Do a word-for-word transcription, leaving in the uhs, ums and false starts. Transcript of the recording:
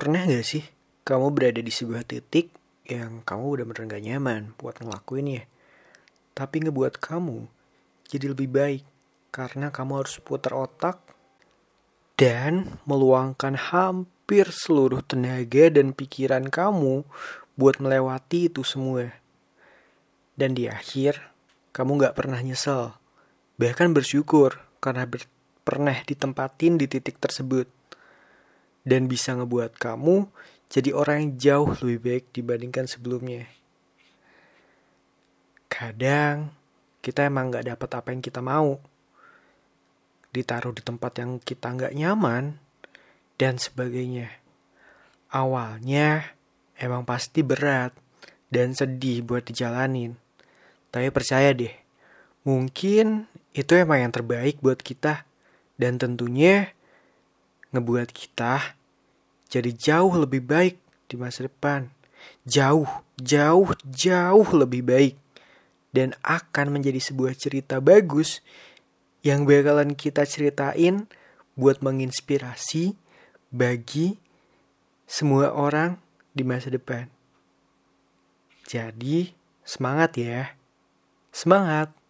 Pernah gak sih kamu berada di sebuah titik yang kamu udah bener gak nyaman buat ngelakuinnya, tapi ngebuat kamu jadi lebih baik karena kamu harus putar otak dan meluangkan hampir seluruh tenaga dan pikiran kamu buat melewati itu semua. Dan di akhir, kamu gak pernah nyesel, bahkan bersyukur karena ber- pernah ditempatin di titik tersebut. Dan bisa ngebuat kamu jadi orang yang jauh lebih baik dibandingkan sebelumnya. Kadang kita emang gak dapat apa yang kita mau, ditaruh di tempat yang kita gak nyaman, dan sebagainya. Awalnya emang pasti berat dan sedih buat dijalanin. Tapi percaya deh, mungkin itu emang yang terbaik buat kita. Dan tentunya ngebuat kita jadi jauh lebih baik di masa depan. Jauh, jauh, jauh lebih baik. Dan akan menjadi sebuah cerita bagus yang bakalan kita ceritain buat menginspirasi bagi semua orang di masa depan. Jadi, semangat ya. Semangat!